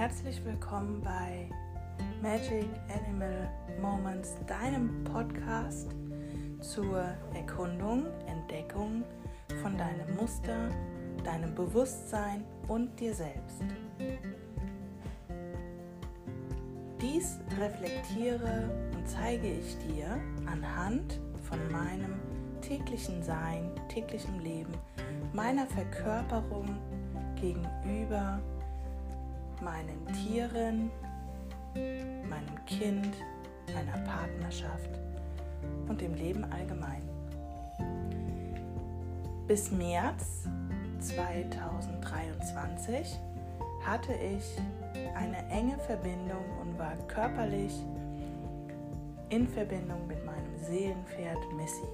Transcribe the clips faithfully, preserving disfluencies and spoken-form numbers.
Herzlich willkommen bei Magic Animal Moments, deinem Podcast zur Erkundung, Entdeckung von deinem Muster, deinem Bewusstsein und dir selbst. Dies reflektiere und zeige ich dir anhand von meinem täglichen Sein, täglichem Leben, meiner Verkörperung gegenüber meinen Tieren, meinem Kind, meiner Partnerschaft und dem Leben allgemein. Bis März zweitausenddreiundzwanzig hatte ich eine enge Verbindung und war körperlich in Verbindung mit meinem Seelenpferd Missy.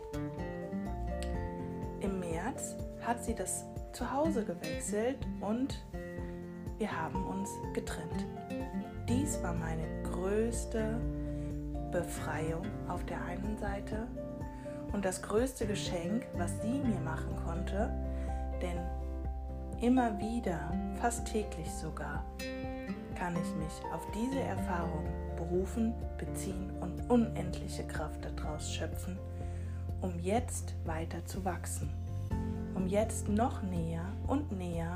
Im März hat sie das Zuhause gewechselt und wir haben uns getrennt. Dies war meine größte Befreiung auf der einen Seite und das größte Geschenk, was sie mir machen konnte, denn immer wieder, fast täglich sogar, kann ich mich auf diese Erfahrung berufen, beziehen und unendliche Kraft daraus schöpfen, um jetzt weiter zu wachsen, um jetzt noch näher und näher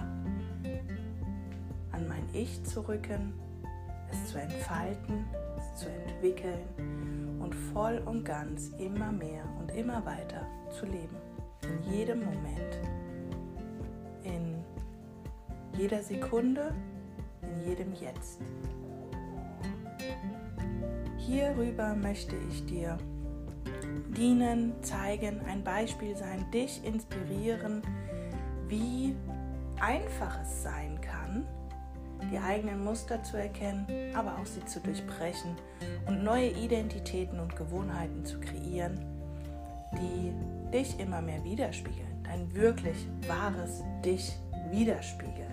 an mein Ich zu rücken, es zu entfalten, es zu entwickeln und voll und ganz immer mehr und immer weiter zu leben. In jedem Moment, in jeder Sekunde, in jedem Jetzt. Hierüber möchte ich dir dienen, zeigen, ein Beispiel sein, dich inspirieren, wie einfach es sein kann, die eigenen Muster zu erkennen, aber auch sie zu durchbrechen und neue Identitäten und Gewohnheiten zu kreieren, die dich immer mehr widerspiegeln, dein wirklich wahres Dich widerspiegeln.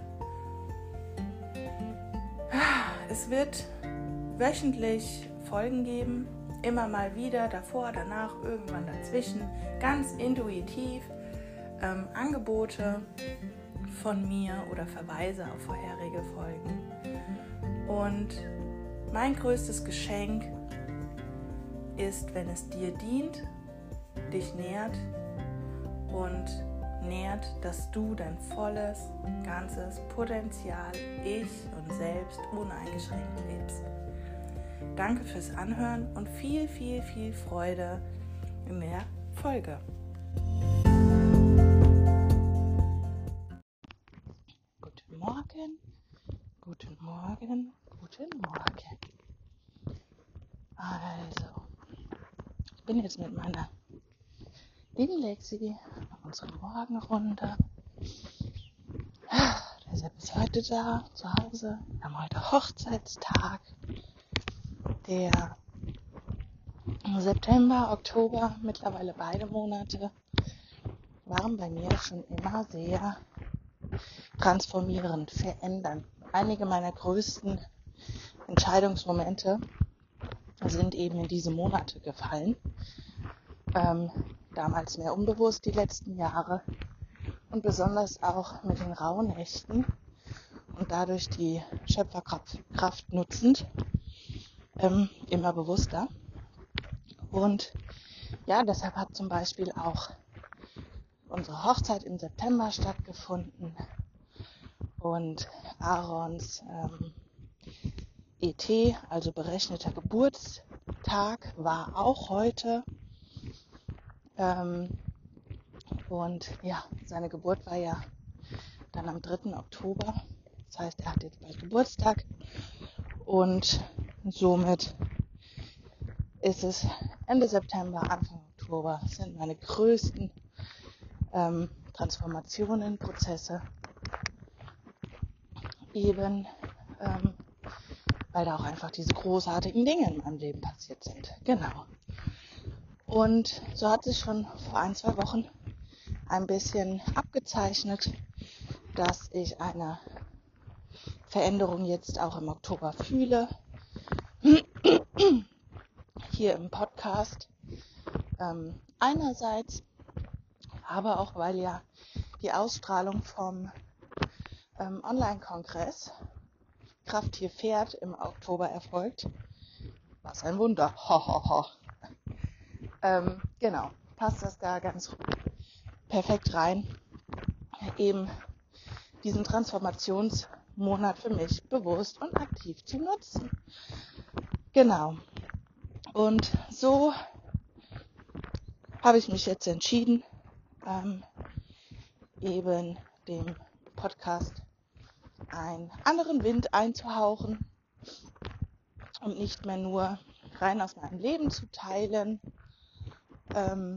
Es wird wöchentlich Folgen geben, immer mal wieder, davor, danach, irgendwann dazwischen, ganz intuitiv ähm, Angebote von mir oder Verweise auf vorherige Folgen. Und mein größtes Geschenk ist, wenn es dir dient, dich nährt und nährt, dass du dein volles, ganzes Potenzial, Ich und Selbst uneingeschränkt lebst. Danke fürs Anhören und viel, viel, viel Freude in der Folge. Guten Morgen, guten Morgen, guten Morgen. Also, ich bin jetzt mit meiner lieben Lexi auf unserer Morgenrunde. Der Sepp ist heute da, zu Hause. Wir haben heute Hochzeitstag. Der September, Oktober, mittlerweile beide Monate, waren bei mir schon immer sehr transformierend, verändernd. Einige meiner größten Entscheidungsmomente sind eben in diese Monate gefallen. Ähm, damals mehr unbewusst die letzten Jahre und besonders auch mit den Rauhnächten und dadurch die Schöpferkraft Kraft nutzend, ähm, immer bewusster. Und ja, deshalb hat zum Beispiel auch unsere Hochzeit im September stattgefunden und Aarons ähm, E T, also berechneter Geburtstag, war auch heute. Ähm, und ja, seine Geburt war ja dann am dritten Oktober. Das heißt, er hat jetzt bald Geburtstag und somit ist es Ende September, Anfang Oktober, sind meine größten ähm, Transformationen, Prozesse, eben ähm, weil da auch einfach diese großartigen Dinge in meinem Leben passiert sind. Genau. Und so hat sich schon vor ein, zwei Wochen ein bisschen abgezeichnet, dass ich eine Veränderung jetzt auch im Oktober fühle. Hier im Podcast. Ähm, einerseits, aber auch weil ja die Ausstrahlung vom ähm, Online-Kongress Krafttier-Pferd im Oktober erfolgt. Was ein Wunder. Ho, ho, ho. Ähm, genau, passt das da ganz perfekt rein, eben diesen Transformationsmonat für mich bewusst und aktiv zu nutzen. Genau. Und so habe ich mich jetzt entschieden, ähm, eben dem Podcast einen anderen Wind einzuhauchen und nicht mehr nur rein aus meinem Leben zu teilen, ähm,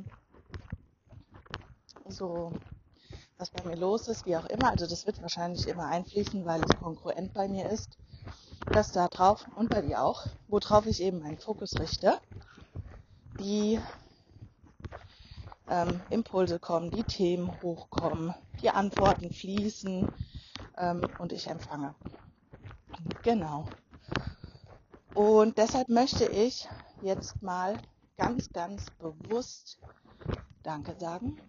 so was bei mir los ist, wie auch immer. Also das wird wahrscheinlich immer einfließen, weil es kongruent bei mir ist, dass da drauf und bei dir auch, worauf ich eben meinen Fokus richte, die ähm, Impulse kommen, die Themen hochkommen, die Antworten fließen ähm, und ich empfange. Genau. Und deshalb möchte ich jetzt mal ganz, ganz bewusst Danke sagen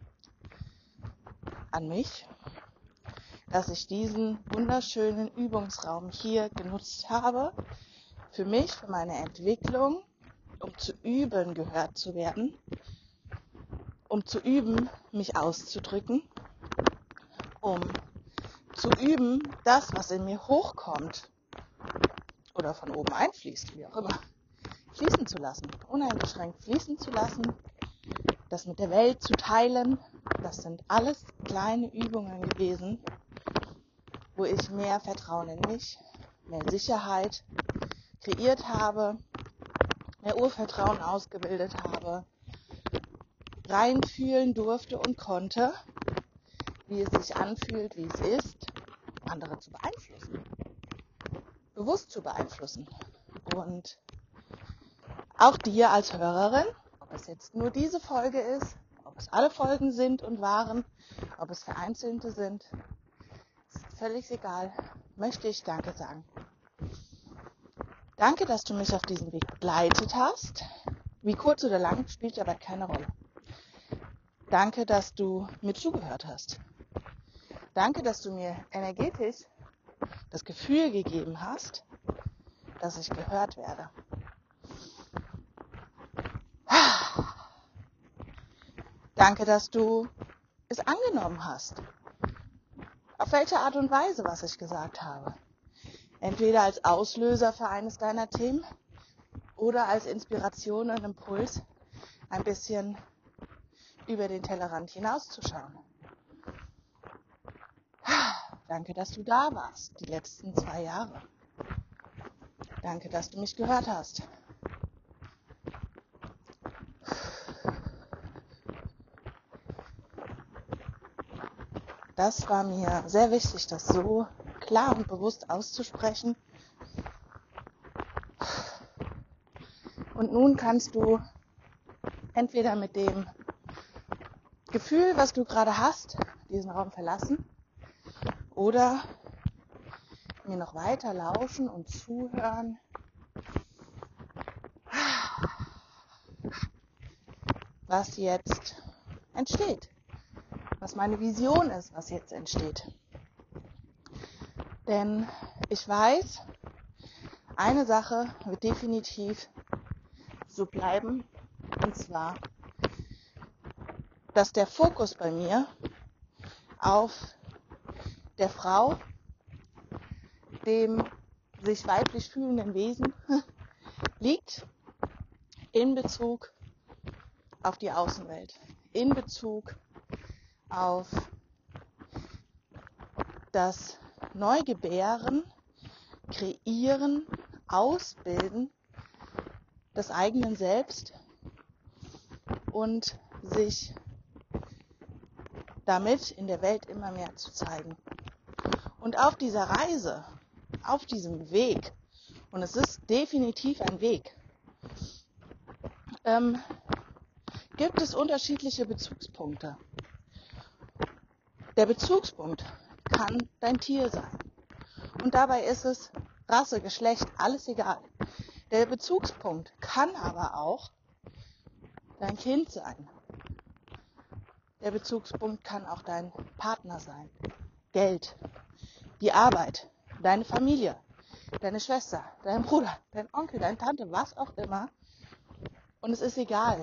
an mich, dass ich diesen wunderschönen Übungsraum hier genutzt habe, für mich, für meine Entwicklung, um zu üben, gehört zu werden, um zu üben, mich auszudrücken, um zu üben, das, was in mir hochkommt oder von oben einfließt, wie auch immer, fließen zu lassen, uneingeschränkt fließen zu lassen, das mit der Welt zu teilen. Das sind alles kleine Übungen gewesen, wo ich mehr Vertrauen in mich, mehr Sicherheit kreiert habe, mehr Urvertrauen ausgebildet habe, reinfühlen durfte und konnte, wie es sich anfühlt, wie es ist, andere zu beeinflussen, bewusst zu beeinflussen. Und auch dir als Hörerin, ob es jetzt nur diese Folge ist, ob es alle Folgen sind und waren, ob es vereinzelte sind, ist völlig egal, möchte ich Danke sagen. Danke, dass du mich auf diesem Weg begleitet hast. Wie kurz oder lang, spielt aber keine Rolle. Danke, dass du mir zugehört hast. Danke, dass du mir energetisch das Gefühl gegeben hast, dass ich gehört werde. Danke, dass du es angenommen hast. Auf welche Art und Weise, was ich gesagt habe. Entweder als Auslöser für eines deiner Themen oder als Inspiration und Impuls, ein bisschen über den Tellerrand hinauszuschauen. Danke, dass du da warst, die letzten zwei Jahre. Danke, dass du mich gehört hast. Das war mir sehr wichtig, das so klar und bewusst auszusprechen. Und nun kannst du entweder mit dem Gefühl, was du gerade hast, diesen Raum verlassen oder mir noch weiter lauschen und zuhören, was jetzt entsteht, was meine Vision ist, was jetzt entsteht. Denn ich weiß, eine Sache wird definitiv so bleiben, und zwar, dass der Fokus bei mir auf der Frau, dem sich weiblich fühlenden Wesen liegt in Bezug auf die Außenwelt, in Bezug auf das Neugebären, Kreieren, Ausbilden des eigenen Selbst und sich damit in der Welt immer mehr zu zeigen. Und auf dieser Reise, auf diesem Weg, und es ist definitiv ein Weg, ähm, gibt es unterschiedliche Bezugspunkte. Der Bezugspunkt kann dein Tier sein. Und dabei ist es Rasse, Geschlecht, alles egal. Der Bezugspunkt kann aber auch dein Kind sein. Der Bezugspunkt kann auch dein Partner sein. Geld, die Arbeit, deine Familie, deine Schwester, dein Bruder, dein Onkel, deine Tante, was auch immer. Und es ist egal,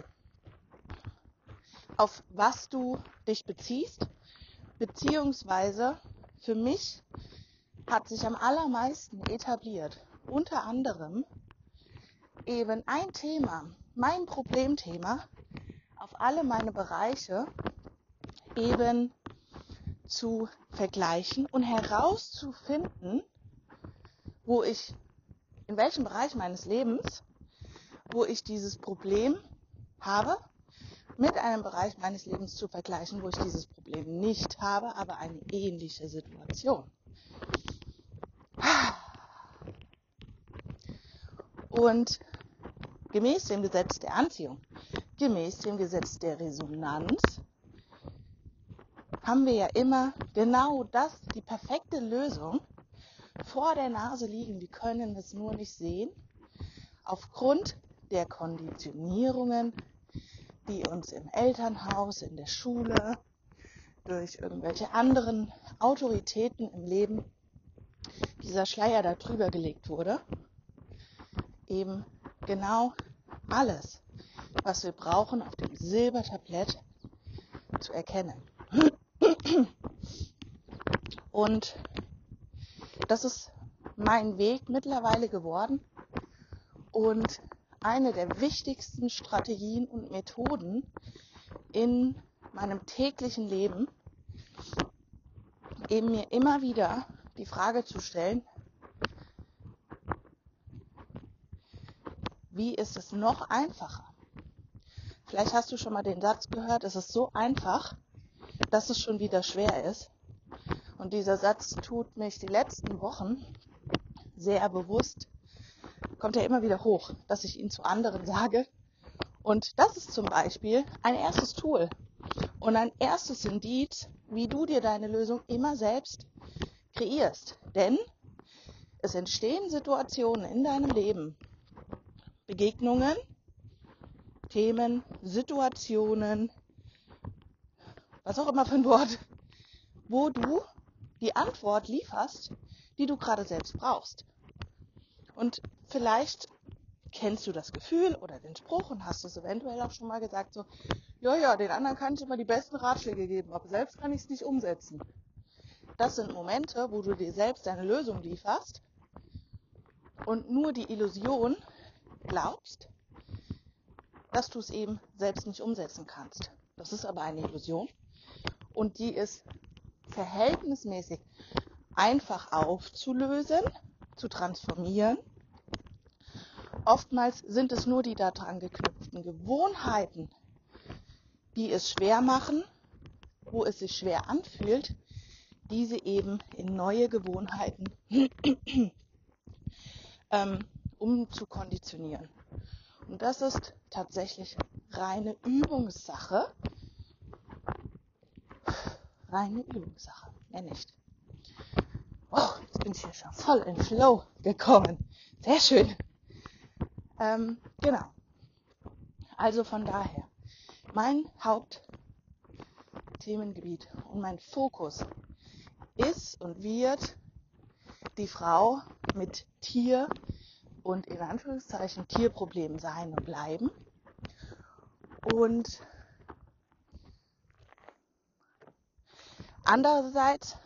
auf was du dich beziehst, beziehungsweise für mich hat sich am allermeisten etabliert, unter anderem eben ein Thema, mein Problemthema, auf alle meine Bereiche eben zu vergleichen und herauszufinden, wo ich, in welchem Bereich meines Lebens, wo ich dieses Problem habe, mit einem Bereich meines Lebens zu vergleichen, wo ich dieses Problem nicht habe, aber eine ähnliche Situation. Und gemäß dem Gesetz der Anziehung, gemäß dem Gesetz der Resonanz, haben wir ja immer genau das, die perfekte Lösung vor der Nase liegen. Wir können es nur nicht sehen, aufgrund der Konditionierungen, die uns im Elternhaus, in der Schule, durch irgendwelche anderen Autoritäten im Leben, dieser Schleier da drüber gelegt wurde. Eben genau alles, was wir brauchen, auf dem Silbertablett zu erkennen. Und das ist mein Weg mittlerweile geworden und eine der wichtigsten Strategien und Methoden in meinem täglichen Leben, eben mir immer wieder die Frage zu stellen, wie ist es noch einfacher? Vielleicht hast du schon mal den Satz gehört, es ist so einfach, dass es schon wieder schwer ist. Und dieser Satz tut mich die letzten Wochen sehr bewusst, kommt ja immer wieder hoch, dass ich ihn zu anderen sage. Und das ist zum Beispiel ein erstes Tool und ein erstes Indiz, wie du dir deine Lösung immer selbst kreierst. Denn es entstehen Situationen in deinem Leben, Begegnungen, Themen, Situationen, was auch immer für ein Wort, wo du die Antwort lieferst, die du gerade selbst brauchst. Und vielleicht kennst du das Gefühl oder den Spruch und hast es eventuell auch schon mal gesagt, so, ja, ja, den anderen kann ich immer die besten Ratschläge geben, aber selbst kann ich es nicht umsetzen. Das sind Momente, wo du dir selbst deine Lösung lieferst und nur die Illusion glaubst, dass du es eben selbst nicht umsetzen kannst. Das ist aber eine Illusion und die ist verhältnismäßig einfach aufzulösen, zu transformieren. Oftmals sind es nur die daran geknüpften Gewohnheiten, die es schwer machen, wo es sich schwer anfühlt, diese eben in neue Gewohnheiten ähm, umzukonditionieren. Und das ist tatsächlich reine Übungssache. Reine Übungssache, mehr nicht. Oh, jetzt bin ich hier schon voll in Flow gekommen. Sehr schön. Ähm, genau. Also von daher, mein Hauptthemengebiet und mein Fokus ist und wird die Frau mit Tier und in Anführungszeichen Tierproblemen sein und bleiben. Und andererseits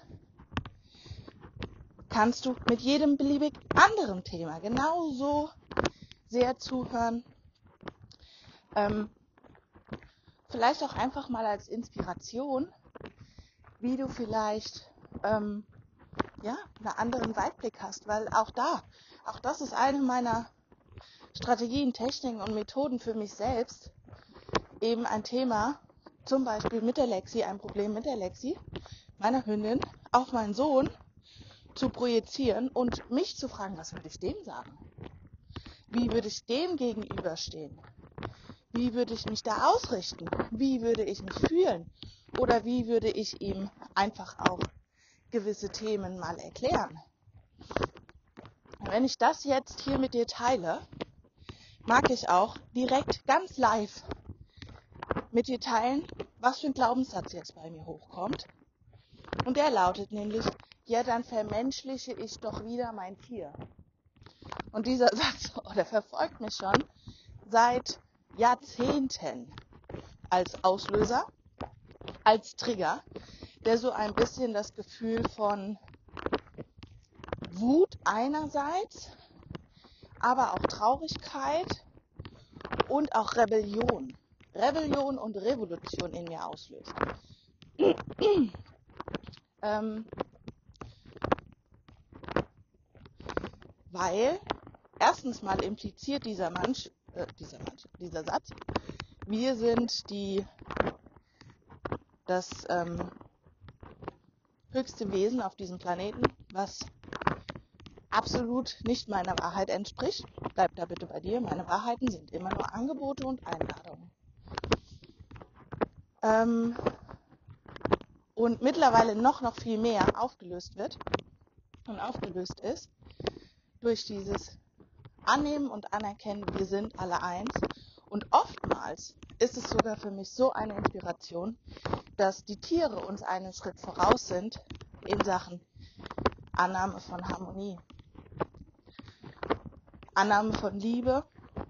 kannst du mit jedem beliebig anderen Thema genauso sehr zuhören. Ähm, vielleicht auch einfach mal als Inspiration, wie du vielleicht ähm, ja, einen anderen Weitblick hast, weil auch da, auch das ist eine meiner Strategien, Techniken und Methoden für mich selbst, eben ein Thema, zum Beispiel mit der Lexi, ein Problem mit der Lexi, meiner Hündin, auf meinen Sohn zu projizieren und mich zu fragen, was würde ich dem sagen? Wie würde ich dem gegenüberstehen? Wie würde ich mich da ausrichten? Wie würde ich mich fühlen? Oder wie würde ich ihm einfach auch gewisse Themen mal erklären? Wenn ich das jetzt hier mit dir teile, mag ich auch direkt ganz live mit dir teilen, was für ein Glaubenssatz jetzt bei mir hochkommt. Und der lautet nämlich, ja, dann vermenschliche ich doch wieder mein Tier. Und dieser Satz, oh, der verfolgt mich schon seit Jahrzehnten als Auslöser, als Trigger, der so ein bisschen das Gefühl von Wut einerseits, aber auch Traurigkeit und auch Rebellion, Rebellion und Revolution in mir auslöst. ähm, weil erstens mal impliziert dieser Mensch, äh, dieser Mensch, dieser Satz, wir sind die, das ähm, höchste Wesen auf diesem Planeten, was absolut nicht meiner Wahrheit entspricht. Bleib da bitte bei dir. Meine Wahrheiten sind immer nur Angebote und Einladungen. Ähm, und mittlerweile noch, noch viel mehr aufgelöst wird und aufgelöst ist durch dieses Annehmen und Anerkennen, wir sind alle eins. Und oftmals ist es sogar für mich so eine Inspiration, dass die Tiere uns einen Schritt voraus sind in Sachen Annahme von Harmonie, Annahme von Liebe,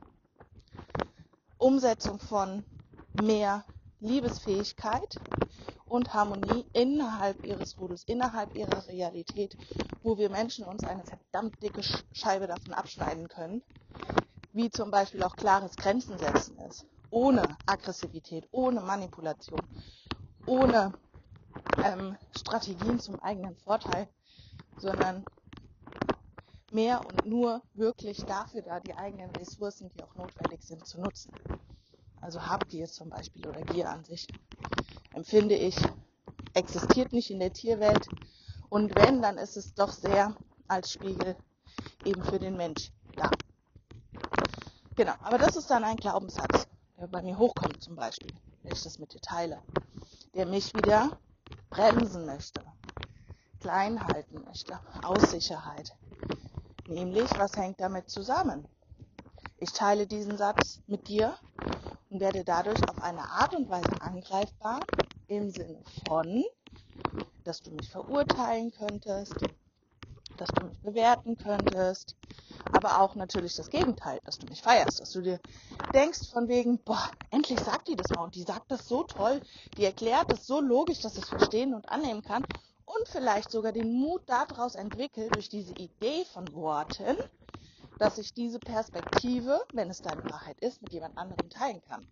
Umsetzung von mehr Liebesfähigkeit und Harmonie innerhalb ihres Rudels, innerhalb ihrer Realität, wo wir Menschen uns eine verdammt dicke Scheibe davon abschneiden können, wie zum Beispiel auch klares Grenzen setzen ist, ohne Aggressivität, ohne Manipulation, ohne ähm, Strategien zum eigenen Vorteil, sondern mehr und nur wirklich dafür da, die eigenen Ressourcen, die auch notwendig sind, zu nutzen. Also Habgier zum Beispiel oder Gier an sich, empfinde ich, existiert nicht in der Tierwelt. Und wenn, dann ist es doch sehr als Spiegel eben für den Mensch da. Genau, aber das ist dann ein Glaubenssatz, der bei mir hochkommt zum Beispiel, wenn ich das mit dir teile, der mich wieder bremsen möchte, klein halten möchte, aus Sicherheit. Nämlich, was hängt damit zusammen? Ich teile diesen Satz mit dir und werde dadurch auf eine Art und Weise angreifbar im Sinne von, dass du mich verurteilen könntest, dass du mich bewerten könntest, aber auch natürlich das Gegenteil, dass du mich feierst, dass du dir denkst von wegen, boah, endlich sagt die das mal und die sagt das so toll, die erklärt das so logisch, dass ich es verstehen und annehmen kann und vielleicht sogar den Mut daraus entwickelt durch diese Idee von Worten, dass ich diese Perspektive, wenn es deine Wahrheit ist, mit jemand anderem teilen kann.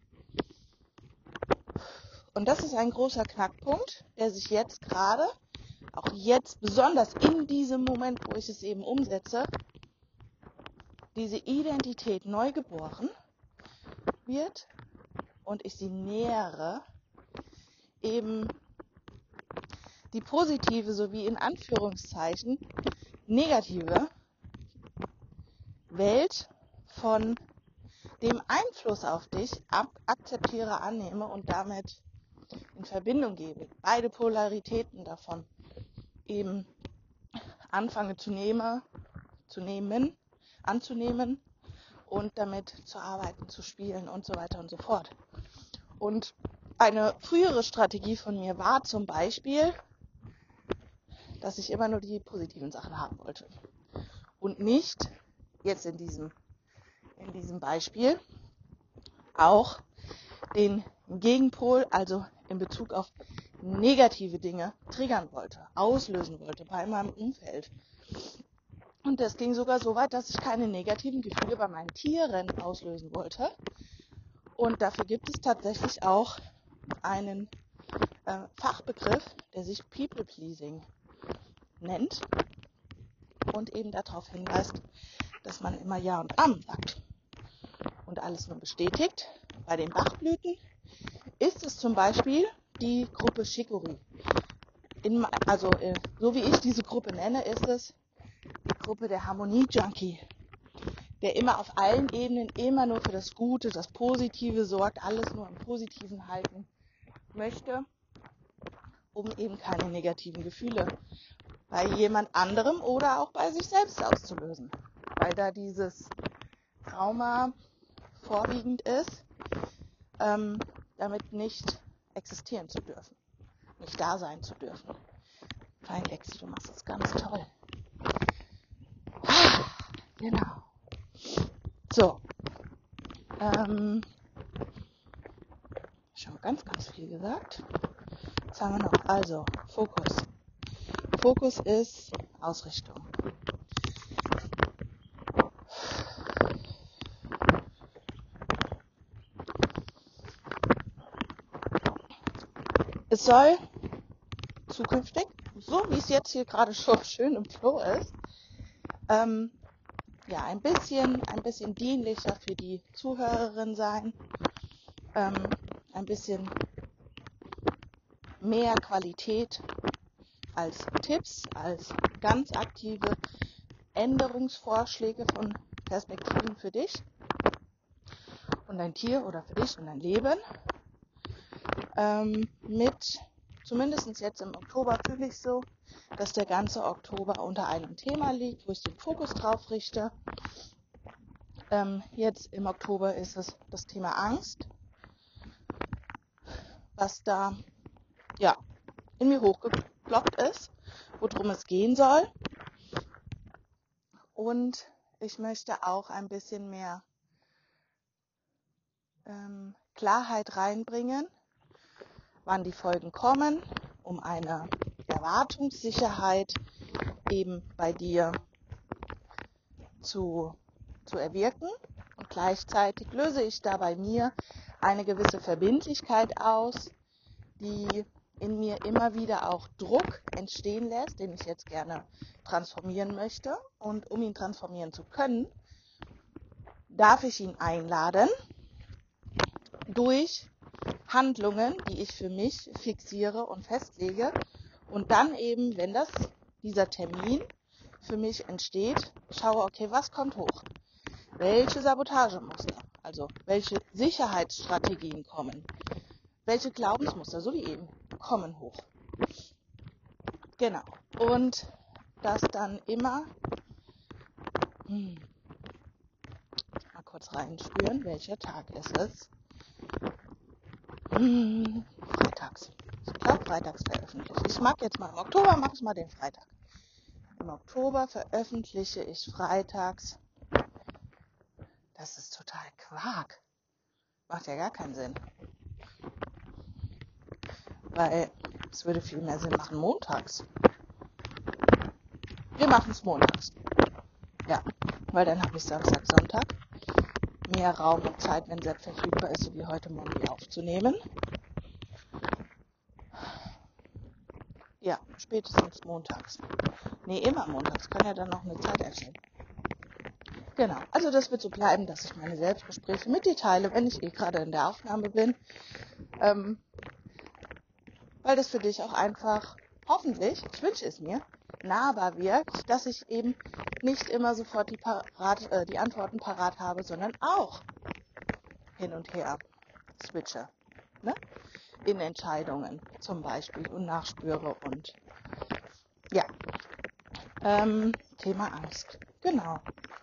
Und das ist ein großer Knackpunkt, der sich jetzt gerade, auch jetzt besonders in diesem Moment, wo ich es eben umsetze, diese Identität neu geboren wird und ich sie nähere, eben die positive sowie in Anführungszeichen negative Welt von dem Einfluss auf dich ab, akzeptiere, annehme und damit in Verbindung gebe. Beide Polaritäten davon eben anfange zu nehmen, zu nehmen, anzunehmen und damit zu arbeiten, zu spielen und so weiter und so fort. Und eine frühere Strategie von mir war zum Beispiel, dass ich immer nur die positiven Sachen haben wollte und nicht jetzt in diesem in diesem Beispiel auch den Gegenpol, also in Bezug auf negative Dinge, triggern wollte, auslösen wollte bei meinem Umfeld. Und das ging sogar so weit, dass ich keine negativen Gefühle bei meinen Tieren auslösen wollte. Und dafür gibt es tatsächlich auch einen äh, Fachbegriff, der sich People-Pleasing nennt und eben darauf hinweist, dass man immer Ja und Amen sagt und alles nur bestätigt. Bei den Bachblüten ist es zum Beispiel die Gruppe Chicorée. In, also äh, so wie ich diese Gruppe nenne, ist es die Gruppe der Harmonie-Junkie, der immer auf allen Ebenen immer nur für das Gute, das Positive sorgt, alles nur im Positiven halten möchte, um eben keine negativen Gefühle bei jemand anderem oder auch bei sich selbst auszulösen, weil da dieses Trauma vorwiegend ist, ähm, damit nicht existieren zu dürfen, nicht da sein zu dürfen. Fein, Lexi, du machst das ganz toll. Genau. viel gesagt. Was haben wir noch? Also, Fokus. Fokus ist Ausrichtung. Es soll zukünftig, so wie es jetzt hier gerade schon schön im Flow ist, ähm, ja, ein bisschen, ein bisschen dienlicher für die Zuhörerin sein, ähm, ein bisschen mehr Qualität als Tipps, als ganz aktive Änderungsvorschläge von Perspektiven für dich und dein Tier oder für dich und dein Leben. Ähm, mit, zumindest jetzt im Oktober fühle ich so, dass der ganze Oktober unter einem Thema liegt, wo ich den Fokus drauf richte. Ähm, jetzt im Oktober ist es das Thema Angst, was da ja in mir hochgeploppt ist, worum es gehen soll. Und ich möchte auch ein bisschen mehr ähm, Klarheit reinbringen, wann die Folgen kommen, um eine Erwartungssicherheit eben bei dir zu, zu erwirken. Und gleichzeitig löse ich da bei mir eine gewisse Verbindlichkeit aus, die in mir immer wieder auch Druck entstehen lässt, den ich jetzt gerne transformieren möchte. Und um ihn transformieren zu können, darf ich ihn einladen durch Handlungen, die ich für mich fixiere und festlege und dann eben, wenn das dieser Termin für mich entsteht, schaue, okay, was kommt hoch? Welche Sabotagemuster, also welche Sicherheitsstrategien kommen? Welche Glaubensmuster, so wie eben, kommen hoch? Genau. Und das dann immer, hm, mal kurz reinspüren, welcher Tag ist es? Hm, freitags. Ich glaube, freitags veröffentliche ich. Ich mag jetzt mal im Oktober, mache ich mal den Freitag. Im Oktober veröffentliche ich freitags. Das ist total Quark. Macht ja gar keinen Sinn. Weil es würde viel mehr Sinn machen montags. Wir machen es montags. Ja, weil dann habe ich Samstag, Sonntag mehr Raum und Zeit, wenn Sepp verfügbar ist, so wie heute Morgen die aufzunehmen. Ja, spätestens montags. Nee, immer montags. Kann ja dann noch eine Zeit erstellen. Genau, also das wird so bleiben, dass ich meine Selbstgespräche mit dir teile, wenn ich eh gerade in der Aufnahme bin. Ähm, weil das für dich auch einfach, hoffentlich, ich wünsche es mir, nahbar wirkt, dass ich eben nicht immer sofort die, parat, äh, die Antworten parat habe, sondern auch hin und her switche, ne? In Entscheidungen zum Beispiel und nachspüre und ja, ähm, Thema Angst, genau.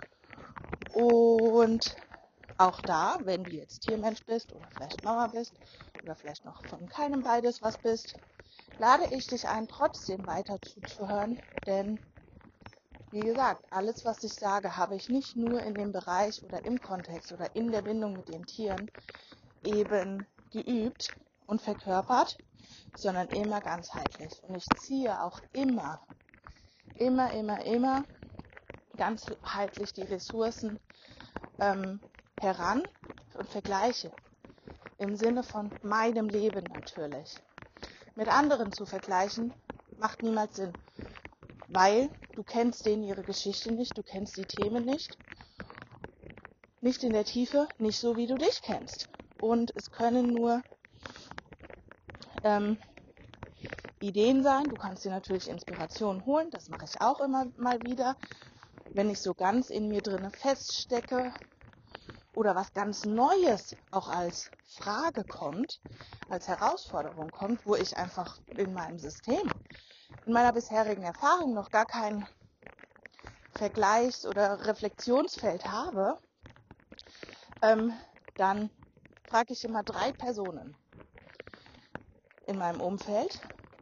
Und auch da, wenn du jetzt Tiermensch bist oder vielleicht Mama bist oder vielleicht noch von keinem beides was bist, lade ich dich ein, trotzdem weiter zuzuhören, denn wie gesagt, alles, was ich sage, habe ich nicht nur in dem Bereich oder im Kontext oder in der Bindung mit den Tieren eben geübt und verkörpert, sondern immer ganzheitlich. Und ich ziehe auch immer, immer, immer, immer ganzheitlich die Ressourcen ähm, heran und vergleiche. Im Sinne von meinem Leben natürlich. Mit anderen zu vergleichen, macht niemals Sinn. Weil du kennst denen ihre Geschichte nicht, du kennst die Themen nicht. Nicht in der Tiefe, nicht so wie du dich kennst. Und es können nur ähm, Ideen sein. Du kannst dir natürlich Inspiration holen, das mache ich auch immer mal wieder. Wenn ich so ganz in mir drinne feststecke oder was ganz Neues auch als Frage kommt, als Herausforderung kommt, wo ich einfach in meinem System, in meiner bisherigen Erfahrung noch gar kein Vergleichs- oder Reflexionsfeld habe, ähm, dann frage ich immer drei Personen in meinem Umfeld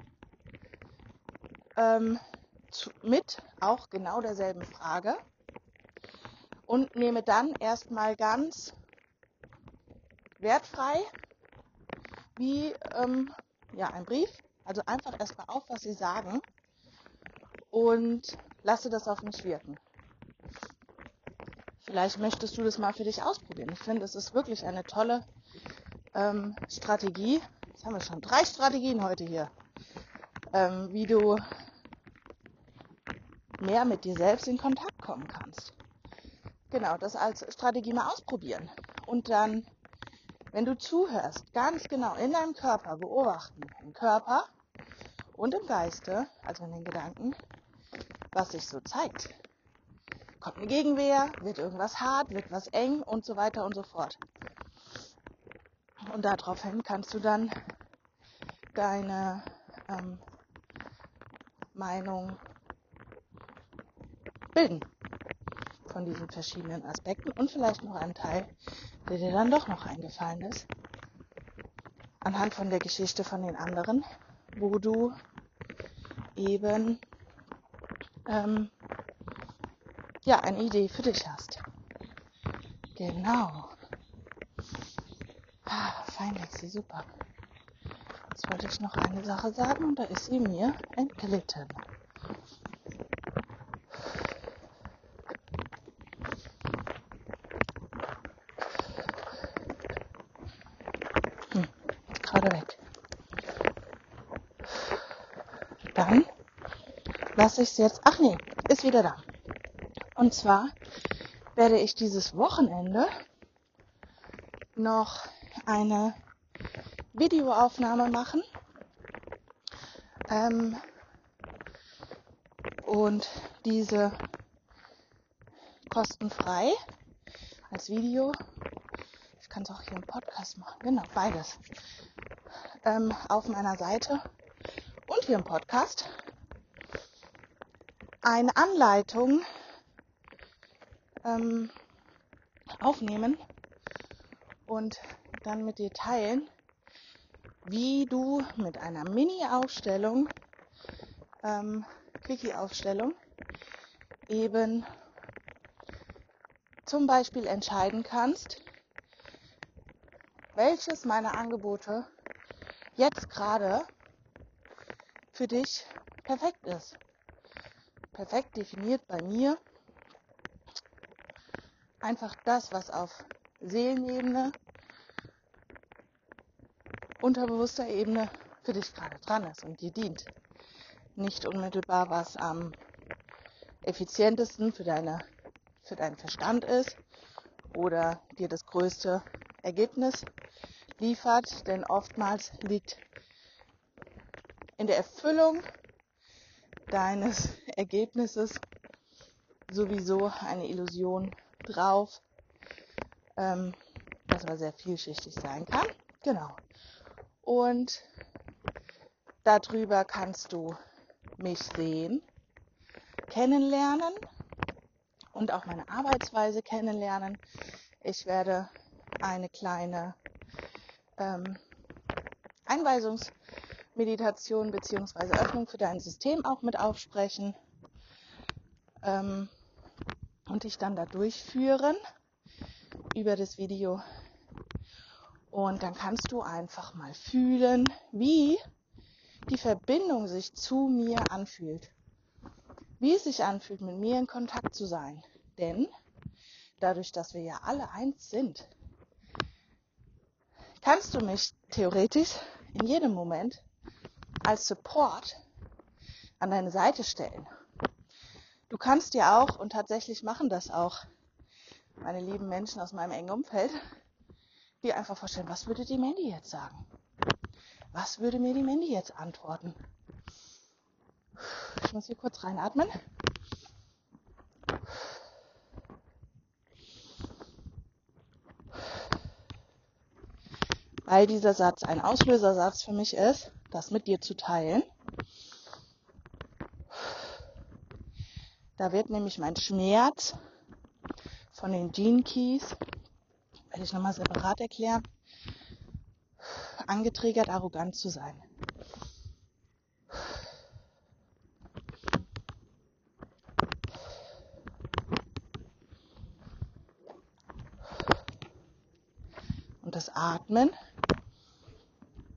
ähm, zu, mit auch genau derselben Frage und nehme dann erstmal ganz wertfrei wie ähm, ja, ein Brief. Also einfach erstmal auf, was sie sagen und lasse das auf mich wirken. Vielleicht möchtest du das mal für dich ausprobieren. Ich finde, es ist wirklich eine tolle ähm, Strategie. Jetzt haben wir schon drei Strategien heute hier, ähm, wie du mehr mit dir selbst in Kontakt kommen kannst. Genau, das als Strategie mal ausprobieren. Und dann, wenn du zuhörst, ganz genau in deinem Körper beobachten, im Körper und im Geiste, also in den Gedanken, was sich so zeigt. Kommt eine Gegenwehr, wird irgendwas hart, wird was eng und so weiter und so fort. Und daraufhin kannst du dann deine ähm, Meinung bilden von diesen verschiedenen Aspekten und vielleicht noch einen Teil, der dir dann doch noch eingefallen ist, anhand von der Geschichte von den anderen, wo du eben ähm, ja, eine Idee für dich hast. Genau. Ah, fein, Lexi, super. Jetzt wollte ich noch eine Sache sagen und da ist sie mir entglitten. Hm, ist gerade weg. Dann lasse ich es jetzt, ach nee, ist wieder da. Und zwar werde ich dieses Wochenende noch eine Videoaufnahme machen ähm, und diese kostenfrei als Video, ich kann es auch hier im Podcast machen, genau, beides, ähm, auf meiner Seite und hier im Podcast eine Anleitung ähm, aufnehmen und dann mit dir teilen, wie du mit einer Mini-Aufstellung, ähm, Quickie-Aufstellung, eben zum Beispiel entscheiden kannst, welches meiner Angebote jetzt gerade für dich perfekt ist. Perfekt definiert bei mir einfach das, was auf Seelenebene, unterbewusster Ebene für dich gerade dran ist und dir dient. Nicht unmittelbar, was am effizientesten für deine, für deinen Verstand ist oder dir das größte Ergebnis liefert, denn oftmals liegt in der Erfüllung deines Ergebnisses sowieso eine Illusion drauf, ähm, das aber sehr vielschichtig sein kann. Genau. Und darüber kannst du mich sehen, kennenlernen und auch meine Arbeitsweise kennenlernen. Ich werde eine kleine ähm, Einweisungsmeditation bzw. Öffnung für dein System auch mit aufsprechen ähm, und dich dann da durchführen über das Video. Und dann kannst du einfach mal fühlen, wie die Verbindung sich zu mir anfühlt. Wie es sich anfühlt, mit mir in Kontakt zu sein. Denn dadurch, dass wir ja alle eins sind, kannst du mich theoretisch in jedem Moment als Support an deine Seite stellen. Du kannst dir auch, und tatsächlich machen das auch meine lieben Menschen aus meinem engen Umfeld, dir einfach vorstellen, was würde die Mandy jetzt sagen? Was würde mir die Mandy jetzt antworten? Ich muss hier kurz reinatmen. Weil dieser Satz ein Auslösersatz für mich ist, das mit dir zu teilen. Da wird nämlich mein Schmerz von den Gene Keys, werde ich nochmal separat erklären, angetriggert, arrogant zu sein. Und das Atmen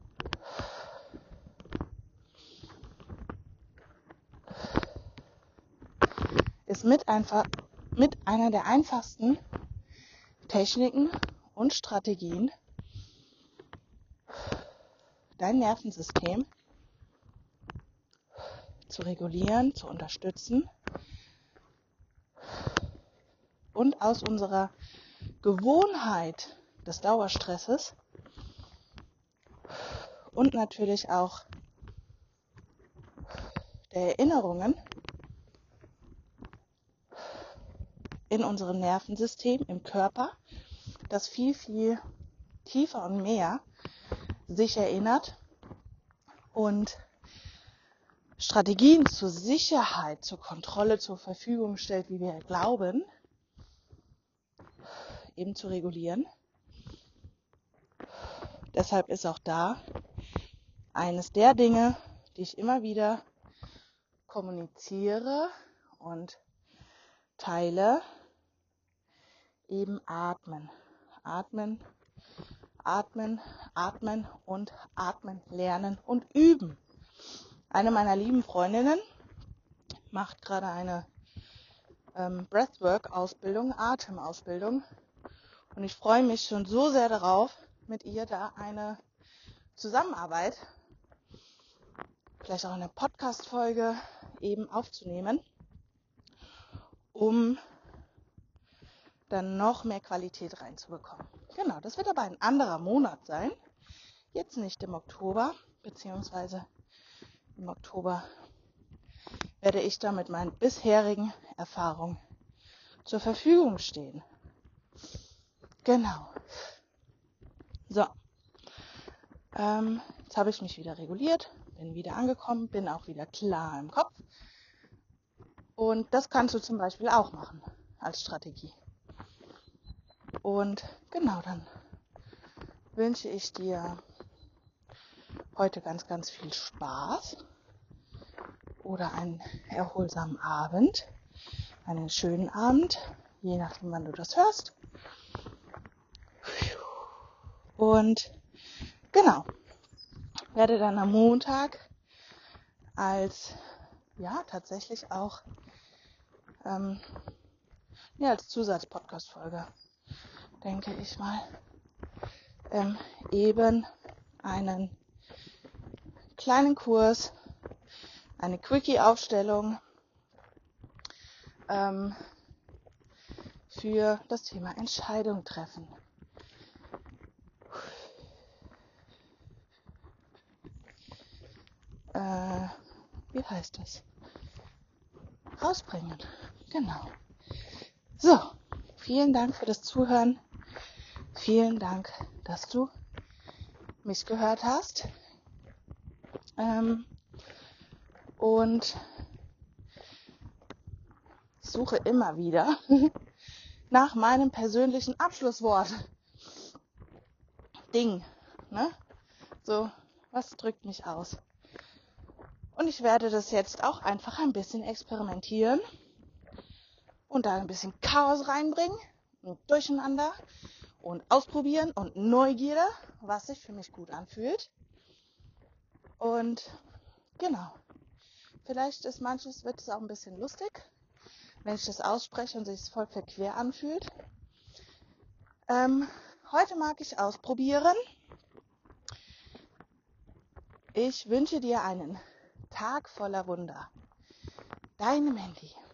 ist mit, einfach, mit einer der einfachsten Techniken und Strategien, dein Nervensystem zu regulieren, zu unterstützen und aus unserer Gewohnheit des Dauerstresses und natürlich auch der Erinnerungen in unserem Nervensystem, im Körper, das viel, viel tiefer und mehr sich erinnert und Strategien zur Sicherheit, zur Kontrolle zur Verfügung stellt, wie wir glauben, eben zu regulieren. Deshalb ist auch da eines der Dinge, die ich immer wieder kommuniziere und teile, eben atmen. Atmen, atmen, atmen und atmen lernen und üben. Eine meiner lieben Freundinnen macht gerade eine ähm, Breathwork-Ausbildung, Atemausbildung. Und ich freue mich schon so sehr darauf, mit ihr da eine Zusammenarbeit, vielleicht auch eine Podcast-Folge eben aufzunehmen, um dann noch mehr Qualität reinzubekommen. Genau, das wird aber ein anderer Monat sein. Jetzt nicht im Oktober, beziehungsweise im Oktober werde ich da mit meinen bisherigen Erfahrungen zur Verfügung stehen. Genau. So, ähm, jetzt habe ich mich wieder reguliert, bin wieder angekommen, bin auch wieder klar im Kopf. Und das kannst du zum Beispiel auch machen als Strategie. Und genau, dann wünsche ich dir heute ganz, ganz viel Spaß oder einen erholsamen Abend, einen schönen Abend, je nachdem, wann du das hörst. Und genau, werde dann am Montag als, ja, tatsächlich auch ähm, ja, als Zusatz-Podcast-Folge, denke ich mal, ähm, eben einen kleinen Kurs, eine Quickie-Aufstellung ähm, für das Thema Entscheidung treffen. Äh, wie heißt das? Rausbringen. Genau. So, vielen Dank für das Zuhören. Vielen Dank, dass du mich gehört hast. Ähm, und suche immer wieder nach meinem persönlichen Abschlusswort. Ding, ne? So, was drückt mich aus? Und ich werde das jetzt auch einfach ein bisschen experimentieren und da ein bisschen Chaos reinbringen und Durcheinander und ausprobieren und Neugierde, was sich für mich gut anfühlt. Und genau, vielleicht ist manches, wird es auch ein bisschen lustig, wenn ich das ausspreche und sich es voll verquer anfühlt. Ähm, heute mag ich ausprobieren. Ich wünsche dir einen Tag voller Wunder. Deine Mandy.